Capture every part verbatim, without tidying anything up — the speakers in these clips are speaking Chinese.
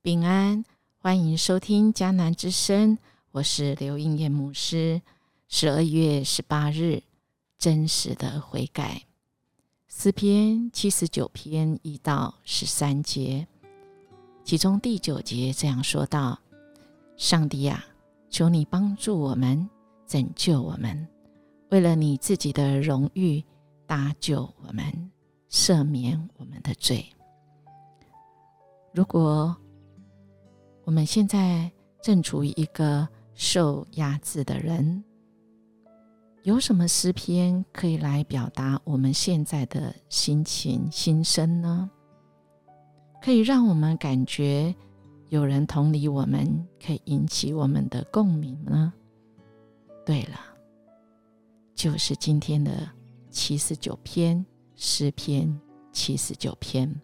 平安，欢迎收听迦南之声，我是刘应艳牧师。十二月十八日，真实的悔改。诗篇七十九篇一到十三节，其中第九节这样说道：上帝啊，求你帮助我们，拯救我们，为了你自己的荣誉，搭救我们，赦免我们的罪。如果我们现在正处于一个受压制的人，有什么诗篇可以来表达我们现在的心情心声呢？可以让我们感觉有人同理我们，可以引起我们的共鸣呢？对了，就是今天的七十九篇诗篇七十九篇。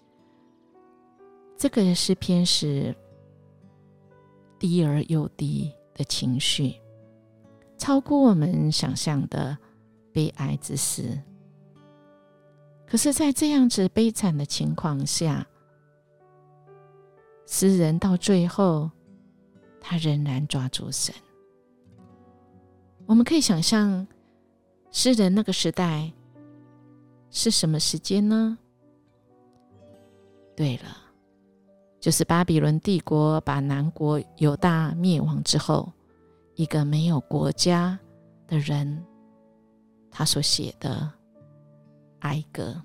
这个诗篇是低而又低的情绪，超过我们想象的悲哀之事。可是在这样子悲惨的情况下，诗人到最后他仍然抓住神。我们可以想象诗人那个时代是什么时间呢？对了，就是巴比伦帝国把南国犹大灭亡之后，一个没有国家的人他所写的哀歌。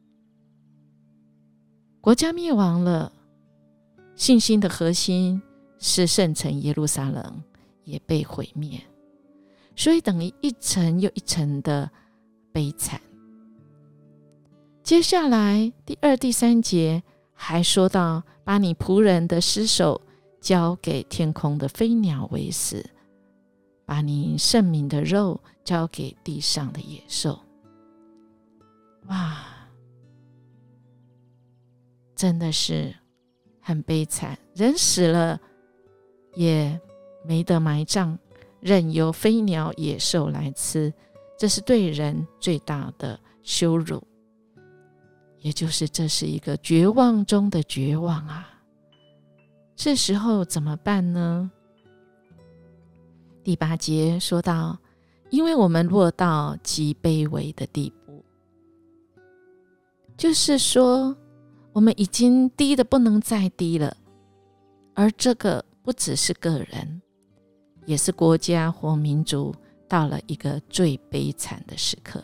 国家灭亡了，信心的核心是圣城耶路撒冷也被毁灭，所以等于一层又一层的悲惨。接下来第二第三节还说到，把你仆人的尸首交给天空的飞鸟为食，把你圣民的肉交给地上的野兽。哇，真的是很悲惨，人死了也没得埋葬，任由飞鸟野兽来吃，这是对人最大的羞辱，也就是这是一个绝望中的绝望啊！这时候怎么办呢？第八节说到，因为我们落到极卑微的地步，就是说我们已经低得不能再低了，而这个不只是个人，也是国家或民族到了一个最悲惨的时刻。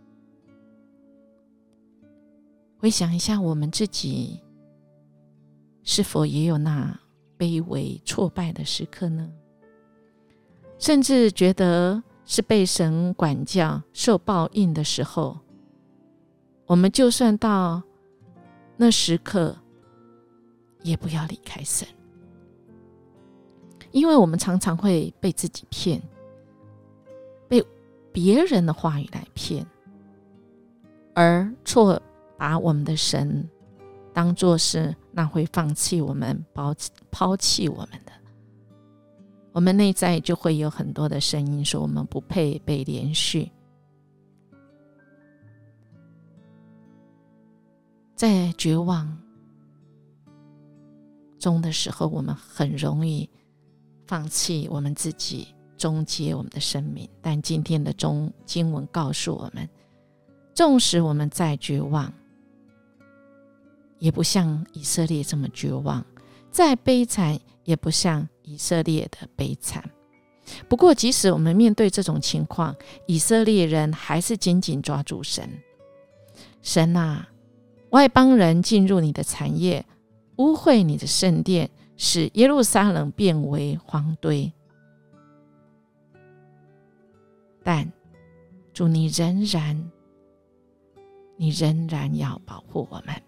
回想一下我们自己，是否也有那卑微挫败的时刻呢？甚至觉得是被神管教受报应的时候，我们就算到那时刻也不要离开神，因为我们常常会被自己骗，被别人的话语来骗，而错把我们的神当作是那会放弃我们、抛弃我们的。我们内在就会有很多的声音说我们不配被连续。在绝望中的时候，我们很容易放弃我们自己，终结我们的生命。但今天的中经文告诉我们，纵使我们再绝望，也不像以色列这么绝望，再悲惨也不像以色列的悲惨。不过即使我们面对这种情况，以色列人还是紧紧抓住神。神啊，外邦人进入你的产业，污秽你的圣殿，使耶路撒冷变为荒堆。但主，你仍然你仍然要保护我们，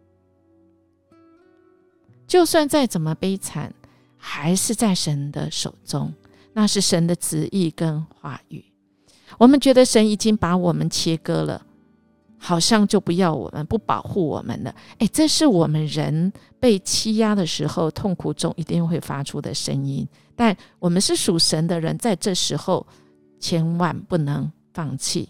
就算再怎么悲惨，还是在神的手中，那是神的旨意跟话语。我们觉得神已经把我们切割了，好像就不要我们，不保护我们了。诶，这是我们人被欺压的时候，痛苦中一定会发出的声音。但我们是属神的人，在这时候千万不能放弃，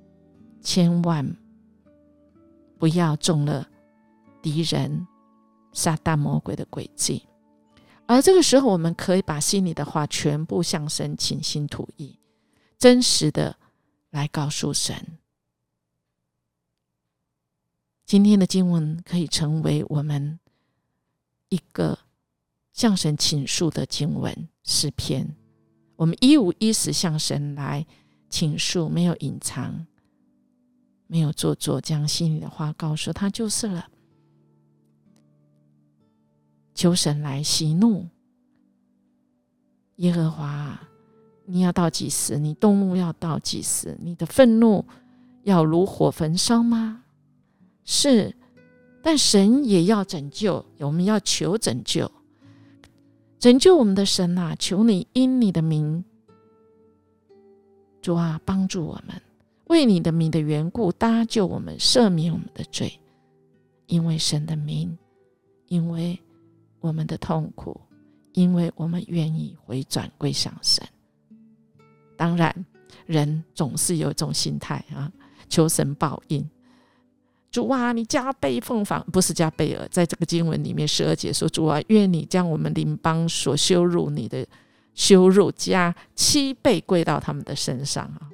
千万不要中了敌人撒旦魔鬼的诡计。而这个时候，我们可以把心里的话全部向神倾心吐意，真实的来告诉神。今天的经文可以成为我们一个向神倾诉的经文诗篇，我们一五一十向神来倾诉，没有隐藏，没有做作，将心里的话告诉他就是了。求神来息怒。耶和华，你要到几时？你动怒要到几时？你的愤怒要如火焚烧吗？是，但神也要拯救，我们要求拯救。拯救我们的神啊，求你因你的名，主啊，帮助我们，为你的名的缘故搭救我们，赦免我们的罪。因为神的名，因为我们的痛苦，因为我们愿意回转归向神。当然人总是有一种心态啊，求神报应。主啊，你加倍奉还，不是加倍尔，在这个经文里面十二节说，主啊，愿你将我们邻邦所羞辱你的羞辱加七倍归到他们的身上啊！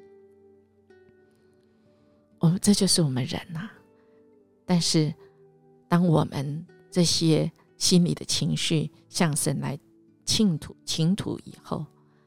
哦，这就是我们人啊。但是当我们这些心里的情绪向神来倾吐倾吐以后，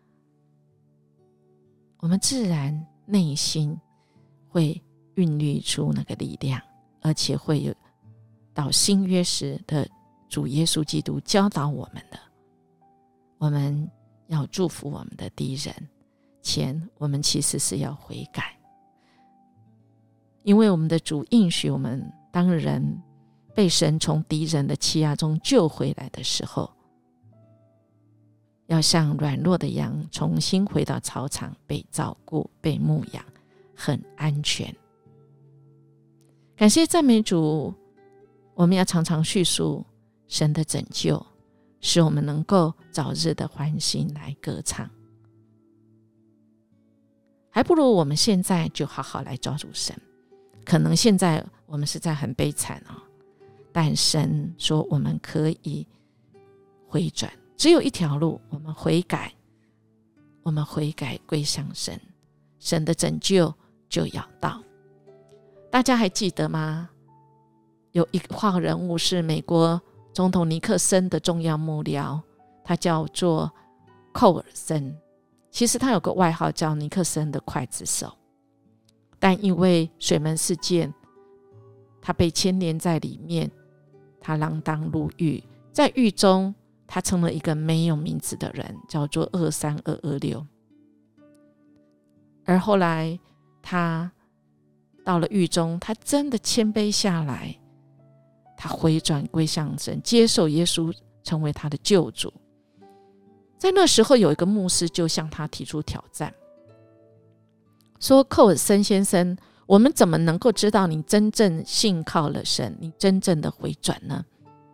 我们自然内心会孕育出那个力量，而且会有到新约时的主耶稣基督教导我们的，我们要祝福我们的敌人前，我们其实是要悔改。因为我们的主应许我们，当人被神从敌人的欺压中救回来的时候，要像软弱的羊重新回到草场，被照顾，被牧养，很安全。感谢赞美主，我们要常常叙述神的拯救，使我们能够早日的欢欣来歌唱。还不如我们现在就好好来抓住神。可能现在我们实在很悲惨哦，但神说我们可以回转，只有一条路，我们悔改，我们悔改归向神，神的拯救就要到。大家还记得吗？有一号人物是美国总统尼克森的重要幕僚，他叫做寇尔森。其实他有个外号叫尼克森的刽子手，但因为水门事件，他被牵连在里面，他锒铛入狱，在狱中他成了一个没有名字的人，叫做二三二二六。而后来他到了狱中，他真的谦卑下来，他回转归向神，接受耶稣成为他的救主。在那时候有一个牧师就向他提出挑战，说寇尔森先生，我们怎么能够知道你真正信靠了神，你真正的回转呢？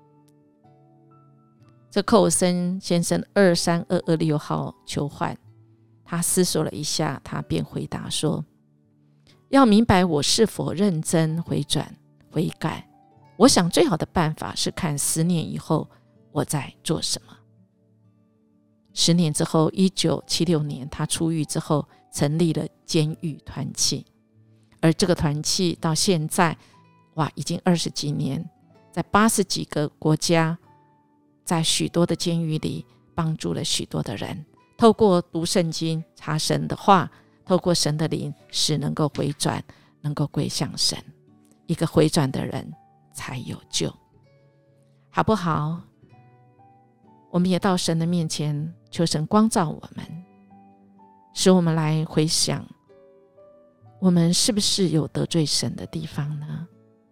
这寇尔森先生二三二二六号囚犯，他思索了一下，他便回答说，要明白我是否认真回转悔改，我想最好的办法是看十年以后我在做什么。十年之后，一九七六年他出狱之后，成立了监狱团契，而这个团契到现在哇，已经二十几年，在八十几个国家，在许多的监狱里帮助了许多的人，透过读圣经，查神的话，透过神的灵，使能够回转，能够归向神。一个回转的人才有救，好不好？我们也到神的面前，求神光照我们，使我们来回想，我们是不是有得罪神的地方呢？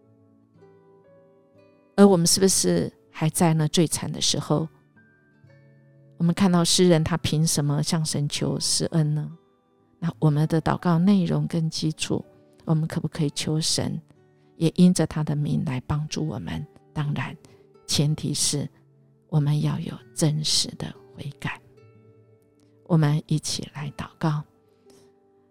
而我们是不是还在那最惨的时候？我们看到诗人他凭什么向神求施恩呢？那我们的祷告内容跟基础，我们可不可以求神也因着他的名来帮助我们？当然前提是我们要有真实的悔改。我们一起来祷告。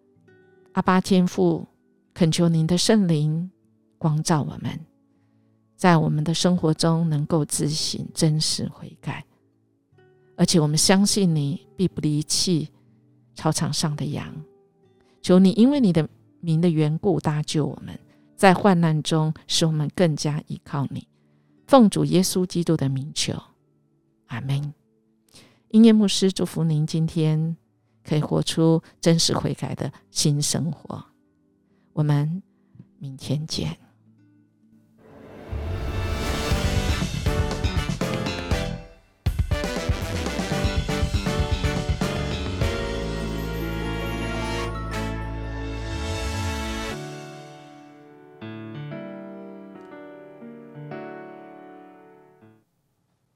阿爸天父，恳求您的圣灵光照我们， 在我们的生活中能够自省真实悔改，而且我们相信你必不离弃草场上的羊。求你因为你的名的缘故搭救我们，在患难中使我们更加依靠你。奉主耶稣基督的名求，阿们。音乐牧师祝福您今天可以活出真实悔改的新生活。我们明天见。